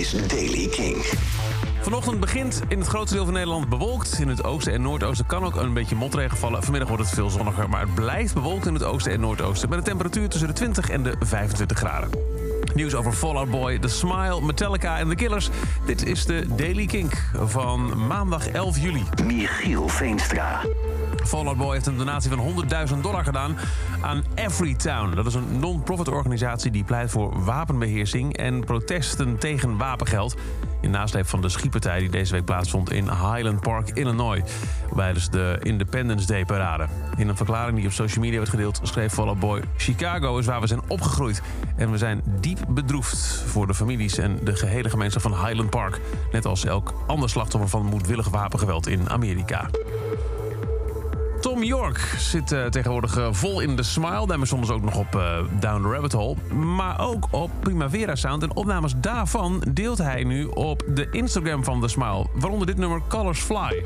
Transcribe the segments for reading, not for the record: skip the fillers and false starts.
is Daily King. Vanochtend begint in het grootste deel van Nederland bewolkt. In het oosten en noordoosten kan ook een beetje motregen vallen. Vanmiddag wordt het veel zonniger, maar het blijft bewolkt in het oosten en noordoosten. Met een temperatuur tussen de 20 en de 25 graden. Nieuws over Fall Out Boy, The Smile, Metallica en The Killers. Dit is de Daily Kink van maandag 11 juli. Michiel Veenstra. Fall Out Boy heeft een donatie van $100.000 gedaan aan Everytown. Dat is een non-profit organisatie die pleit voor wapenbeheersing en protesten tegen wapengeld. In nasleep van de schietpartij die deze week plaatsvond in Highland Park, Illinois. Tijdens de Independence Day parade. In een verklaring die op social media werd gedeeld schreef Fall Out Boy: Chicago is waar we zijn opgegroeid. En we zijn diep bedroefd voor de families en de gehele gemeenschap van Highland Park. Net als elk ander slachtoffer van moedwillig wapengeweld in Amerika. Tom York zit tegenwoordig vol in The Smile. Daarmee soms ook nog op Down the Rabbit Hole. Maar ook op Primavera Sound. En opnames daarvan deelt hij nu op de Instagram van The Smile. Waaronder dit nummer Colors Fly.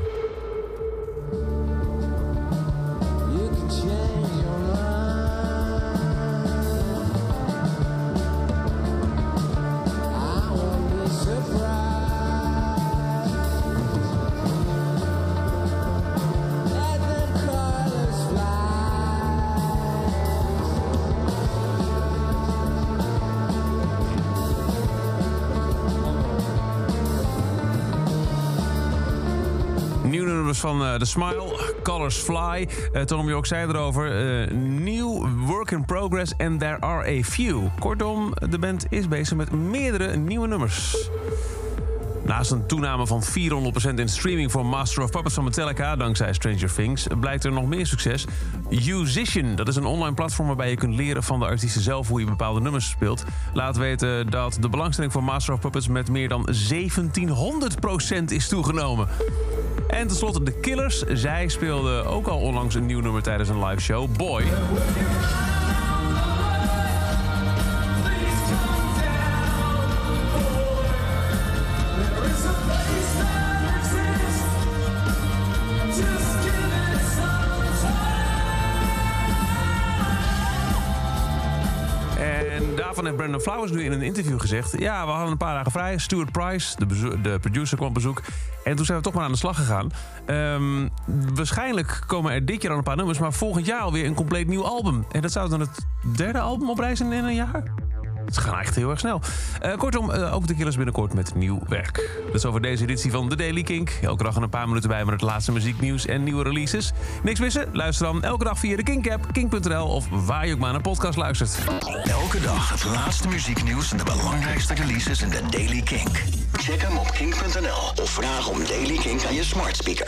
Nieuwe nummers van The Smile, Colors Fly. Tom York zei erover: nieuw work in progress and there are a few. Kortom, de band is bezig met meerdere nieuwe nummers. Naast een toename van 400% in streaming voor Master of Puppets van Metallica, dankzij Stranger Things, blijkt er nog meer succes. Musician, dat is een online platform waarbij je kunt leren van de artiesten zelf hoe je bepaalde nummers speelt. Laat weten dat de belangstelling voor Master of Puppets met meer dan 1700% is toegenomen. En tenslotte de Killers. Zij speelden ook al onlangs een nieuw nummer tijdens een live show, Boy. En daarvan heeft Brandon Flowers nu in een interview gezegd: ja, we hadden een paar dagen vrij. Stuart Price, de producer, kwam op bezoek. En toen zijn we toch maar aan de slag gegaan. Waarschijnlijk komen er dit jaar al een paar nummers, maar volgend jaar alweer een compleet nieuw album. En dat zou dan het derde album op reis in een jaar? Het gaat echt heel erg snel. Kortom, ook de Killers binnenkort met nieuw werk. Dat is over deze editie van The Daily Kink. Elke dag een paar minuten bij met het laatste muzieknieuws en nieuwe releases. Niks missen? Luister dan elke dag via de Kink-app, kink.nl of waar je ook maar naar podcast luistert. Elke dag het laatste muzieknieuws en de belangrijkste releases in de Daily Kink. Check hem op kink.nl of vraag om Daily Kink aan je smart speaker.